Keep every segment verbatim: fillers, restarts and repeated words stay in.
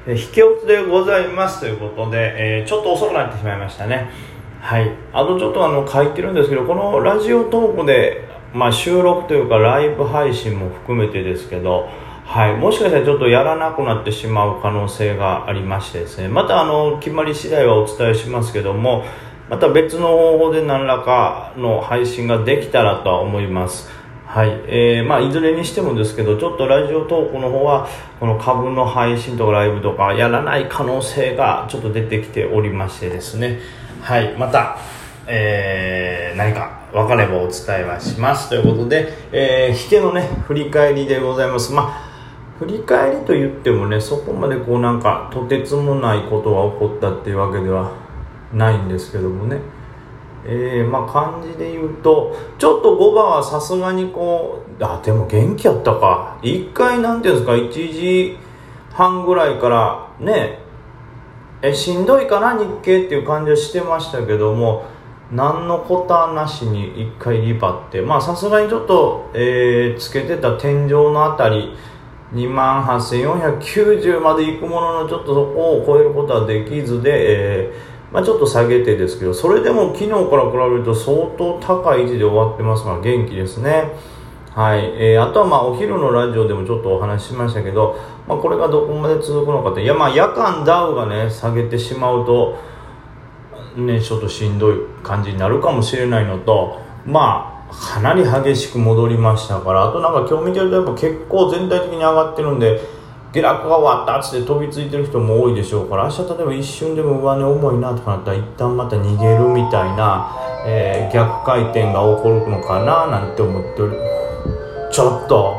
引き落ちでございますということで、えー、ちょっと遅くなってしまいましたね。はい。あとちょっとあの書いてるんですけど、このラジオトークで、まあ、収録というかライブ配信も含めてですけど、はい、もしかしたらちょっとやらなくなってしまう可能性がありましてですね、またあの決まり次第はお伝えしますけども、また別の方法で何らかの配信ができたらとは思います。はい、えー、まあいずれにしてもですけど、ちょっとラジオトークの方はこの株の配信とかライブとかやらない可能性がちょっと出てきておりましてですね、はい、また、えー、何か分かればお伝えはしますということで、えー、引けのね振り返りでございます。まあ振り返りと言ってもね、そこまでこうなんかとてつもないことが起こったっていうわけではないんですけどもね、えー、まあ漢字で言うとちょっとごばはさすがにこう、あでも元気やったか、一回なんていうんですか、いちじはんぐらいからねえしんどいかな日経っていう感じはしてましたけども、何のこたなしに一回リバって、まあさすがにちょっと、えー、つけてた天井のあたりにまんはっせんよんひゃくきゅうじゅうまで行くものの、ちょっとそこを超えることはできずで、えーまあ、ちょっと下げてですけど、それでも昨日から比べると相当高い位置で終わってますから元気ですね。はい、えー、あとはまあお昼のラジオでもちょっとお話ししましたけど、まあ、これがどこまで続くのかって、いやまあ夜間ダウがね下げてしまうとねちょっとしんどい感じになるかもしれないのと、まあかなり激しく戻りましたから、あとなんか今日見てるとやっぱ結構全体的に上がってるんで、下落が終わったっつって飛びついてる人も多いでしょうから、明日例えば一瞬でも上値重いなとかなったら一旦また逃げるみたいな、えー、逆回転が起こるのかななんて思ってる。ちょっと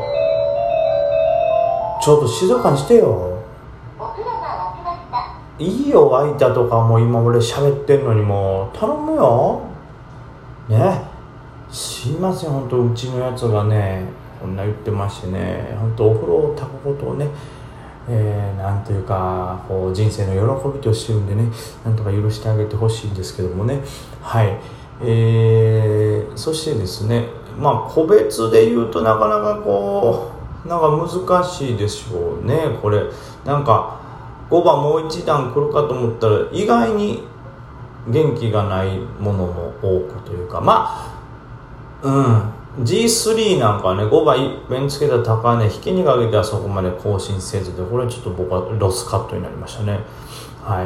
ちょっと静かにしてよ。いいよ湧いたとか、もう今俺喋ってんのにもう頼むよね。すいません、本当うちのやつがねこんな言ってましてね、本当お風呂を炊くことをね、えー、なんというかこう人生の喜びとしてるんでね、なんとか許してあげてほしいんですけどもね。はい、えー、そしてですね、まあ個別で言うとなかなかこうなんか難しいでしょうね。これなんかごばもう一段来るかと思ったら意外に元気がないものも多くというか、まあうん ジースリー なんかねごばいっぺんつけた高値引きにかけてはそこまで更新せずで、これちょっと僕はロスカットになりましたね。はい、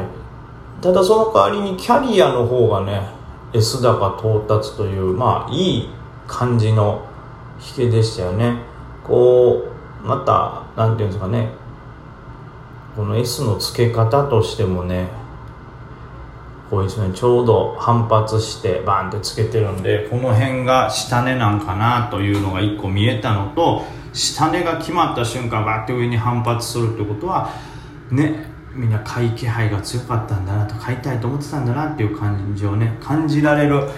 ただその代わりにキャリアの方がね S 高到達というまあいい感じの引けでしたよね。こうまたなんていうんですかね、この S の付け方としてもねこうですね、ちょうど反発してバーンってつけてるんで、この辺が下値なんかなというのが一個見えたのと、下値が決まった瞬間バーって上に反発するってことはね、みんな買い気配が強かったんだなと、買いたいと思ってたんだなっていう感じをね感じられる、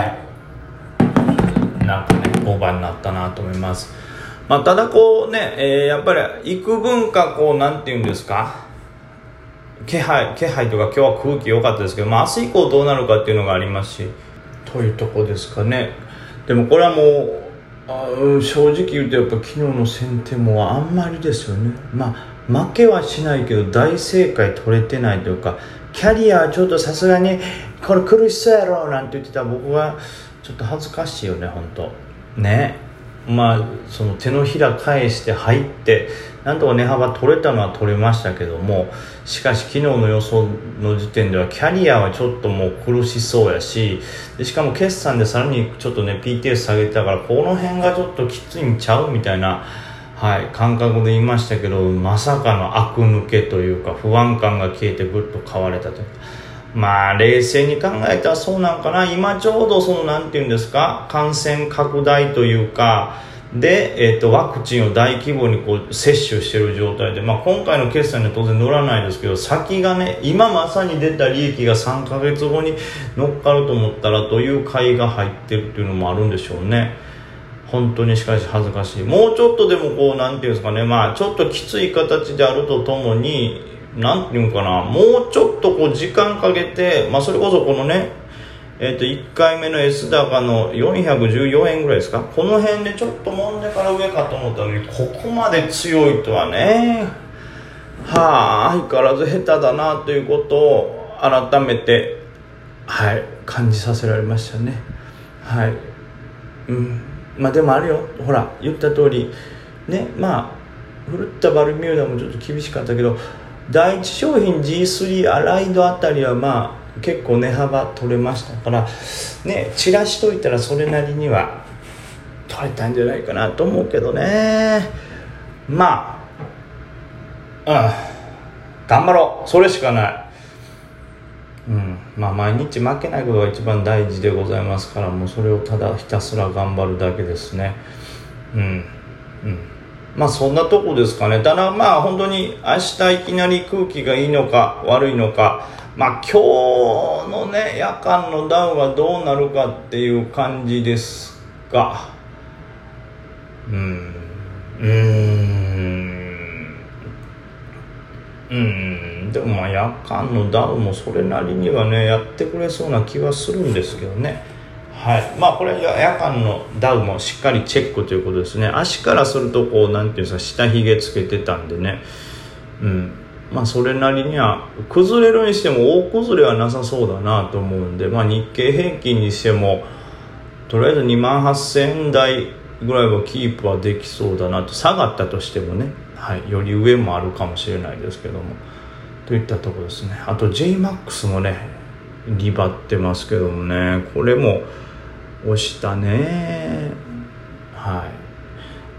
はいなんかねごばになったなと思います。まあ、ただこうね、えー、やっぱり幾分かこうなんていうんですか、気配気配とか今日は空気良かったですけど、まあ、明日以降どうなるかっていうのがありますしというとこですかね。でもこれはもうあ正直言うとやっぱ昨日の先手もあんまりですよね。まあ負けはしないけど大正解取れてないというか、キャリアはちょっとさすがにこれ苦しそうやろなんて言ってた僕はちょっと恥ずかしいよね本当ね。まあその手のひら返して入ってなんとか値幅取れたのは取れましたけども、しかし昨日の予想の時点ではキャリアはちょっともう苦しそうやし、でしかも決算でさらにちょっとね ピーティーエス 下げてたから、この辺がちょっときついんちゃうみたいな、はい、感覚で言いましたけど、まさかの悪抜けというか不安感が消えてぐっと買われたというか、まあ冷静に考えたらそうなんかな。今ちょうどそのなんていうんですか、感染拡大というかで、えー、とワクチンを大規模にこう接種している状態で、まあ、今回の決算には当然乗らないですけど、先がね今まさに出た利益がさんかげつごに乗っかると思ったらという買いが入ってるっていうのもあるんでしょうね。本当にしかし恥ずかしい。もうちょっとでもこうなんていうんですかね、まあちょっときつい形であるとともになんていうのかな、もうちょっとこう時間かけて、まあそれこそこのねえー、といっかいめの S 高のよんひゃくじゅうよえんぐらいですか、この辺でちょっと揉んでから上かと思ったのに、ここまで強いとはね、 はあ相変わらず下手だなということを改めて、はい、感じさせられましたね。はい、うん、まあでもあれよ、ほら言った通りね、まあフルッタバルミューダもちょっと厳しかったけど、第一商品 ジースリー アライドあたりはまあ結構値幅取れましたからね、チラしといたらそれなりには取れたんじゃないかなと思うけどね。まあ、うん、頑張ろう、それしかない。うん、まあ毎日負けないことが一番大事でございますから、もうそれをただひたすら頑張るだけですね。うん、うん、まあそんなとこですかね。ただまあ本当に明日いきなり空気がいいのか悪いのか、まあ今日のね夜間のダウンはどうなるかっていう感じですが、うーんうーんうーんでもまあ夜間のダウンもそれなりにはねやってくれそうな気はするんですけどね。はい、まあこれ夜間のダウンもしっかりチェックということですね。足からするとこうなんていうんですか、下髭つけてたんでね、うん、まあそれなりには崩れるにしても大崩れはなさそうだなと思うんで、まあ日経平均にしてもとりあえずにまんはっせんえん台ぐらいはキープはできそうだなと。下がったとしてもね、はい、より上もあるかもしれないですけどもといったところですね。あと ジェイマックス もねリバってますけどもね、これも押したね。はい、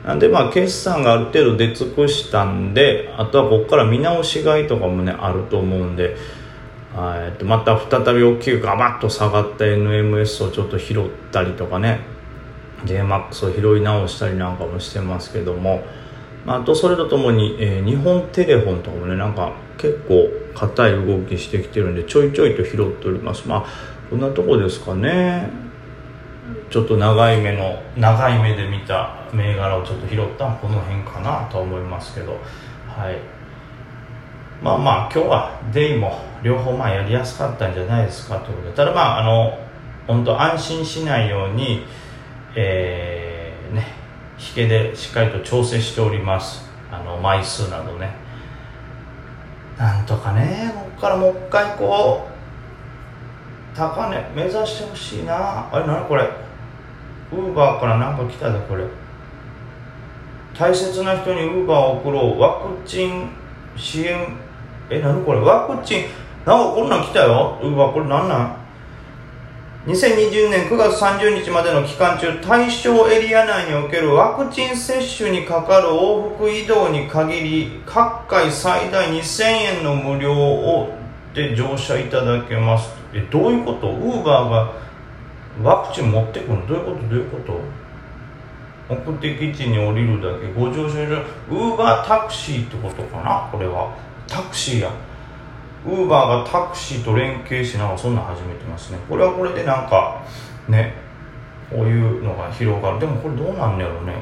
なんでまあ決算がある程度出尽くしたんで、あとはここから見直し買いとかもねあると思うんで、えっとまた再び大きくガバッと下がった エヌエムエス をちょっと拾ったりとかね、 ジェイマックス を拾い直したりなんかもしてますけども、まあ、あとそれとともに、えー、日本テレフォンとかもねなんか結構硬い動きしてきてるんでちょいちょいと拾っております。まあこんなとこですかね。ちょっと長い目の長い目で見た銘柄をちょっと拾ったのはこの辺かなと思いますけど、はい、まあまあ今日はデイも両方まあやりやすかったんじゃないですかということで、ただまああの本当安心しないように、えー、ね引けでしっかりと調整しております。あの枚数などね、なんとかねここからもう一回こう高値目指してほしいな。あれ何これ、ウーバーからなんか来たでこれ。大切な人にウーバーを送ろう、ワクチン支援、え何これ、ワクチンなんかこんなん来たよ。ウーバーこれなんなん。にせんにじゅうねんくがつさんじゅうにちまでの期間中、対象エリア内におけるワクチン接種にかかる往復移動に限り各回最大にせんえんの無料をで乗車いただけます。えどういうこと。ウーバーがワクチン持ってくるの、どういうことどういうこと。目的地に降りるだけ、ご乗車料、ウーバータクシーってことかな。これはタクシーや。ウーバーがタクシーと連携してなんかそんな始めてますね。これはこれでなんかねこういうのが広がる。でもこれどうなんだろうね。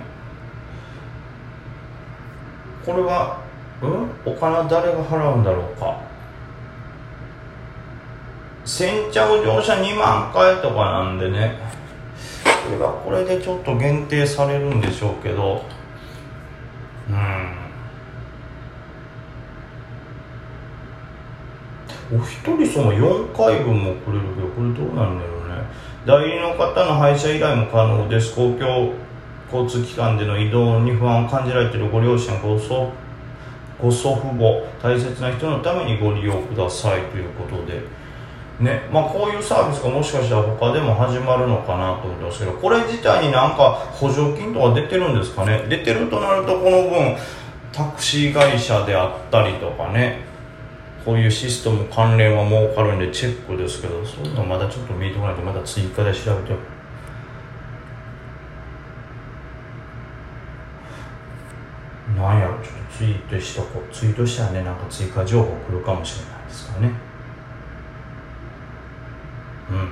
これはうんお金は誰が払うんだろうか。先着乗車にまんかいとかなんでね、これはこれでちょっと限定されるんでしょうけど、うんお一人そのよんかいぶんもくれるけど、これどうなるんだろうね。代理の方の配車依頼も可能です。公共交通機関での移動に不安を感じられているご両親、ご祖ご祖父母、大切な人のためにご利用くださいということでね、まあこういうサービスがもしかしたら他でも始まるのかなと思ってますけど、これ自体になんか補助金とか出てるんですかね。出てるとなるとこの分タクシー会社であったりとかね、こういうシステム関連は儲かるんでチェックですけど、そういうのまだちょっと見えてこないとまだ追加で調べてなんやろ、ちょっとツイートしとこう。ツイートしたらねなんか追加情報来るかもしれないですからね。うん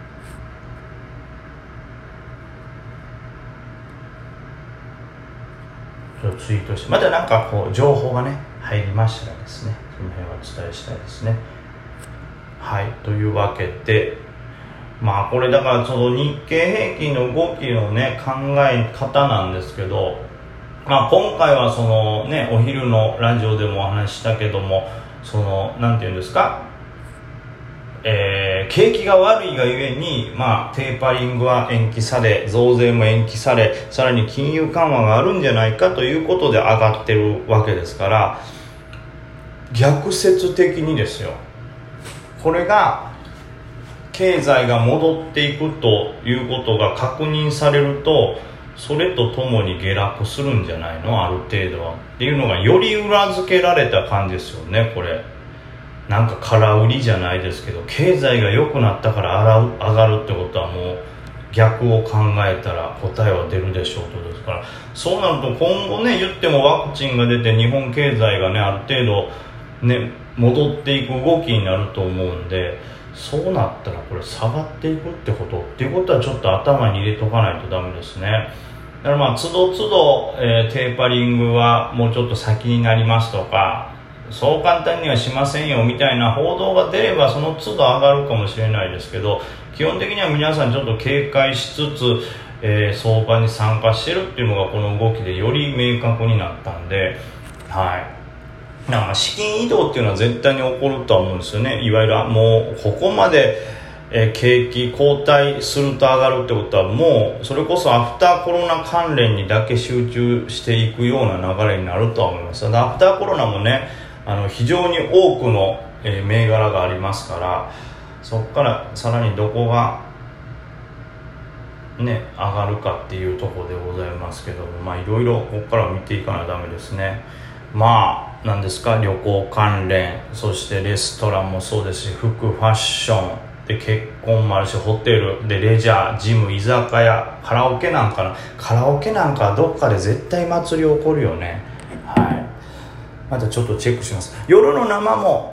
それをツイートして、またなんかこう情報がね入りましたらですね、その辺はお伝えしたいですね。はい、というわけでまあこれだからその日経平均の動きのね考え方なんですけど、 まあ、今回はそのねお昼のラジオでもお話ししたけども、そのなんていうんですか、えー、景気が悪いがゆえに、まあ、テーパリングは延期され、増税も延期され、さらに金融緩和があるんじゃないかということで上がってるわけですから、逆説的にですよ、これが経済が戻っていくということが確認されると、それとともに下落するんじゃないの、ある程度はっていうのがより裏付けられた感じですよね。これなんか空売りじゃないですけど、経済が良くなったから上がるってことはもう逆を考えたら答えは出るでしょうとですから、そうなると今後ね、言ってもワクチンが出て日本経済がねある程度ね戻っていく動きになると思うんで、そうなったらこれ下がっていくってことっていうことはちょっと頭に入れとかないとダメですね。だからまあつどつど、えー、テーパリングはもうちょっと先になりますとか、そう簡単にはしませんよみたいな報道が出ればその都度上がるかもしれないですけど、基本的には皆さんちょっと警戒しつつ、えー、相場に参加してるっていうのがこの動きでより明確になったんで、はいなんか資金移動っていうのは絶対に起こるとは思うんですよね。いわゆるもうここまで、えー、景気後退すると上がるってことは、もうそれこそアフターコロナ関連にだけ集中していくような流れになるとは思います。アフターコロナもね、あの非常に多くの、えー、銘柄がありますから、そこからさらにどこがね上がるかっていうところでございますけども、まあいろいろここから見ていかないとダメですね。まあなんですか、旅行関連、そしてレストランもそうですし、服、ファッションで結婚もあるし、ホテルでレジャー、ジム、居酒屋、カラオケなんかなカラオケなんかはどっかで絶対祭り起こるよね。はい、またちょっとチェックします。夜の生も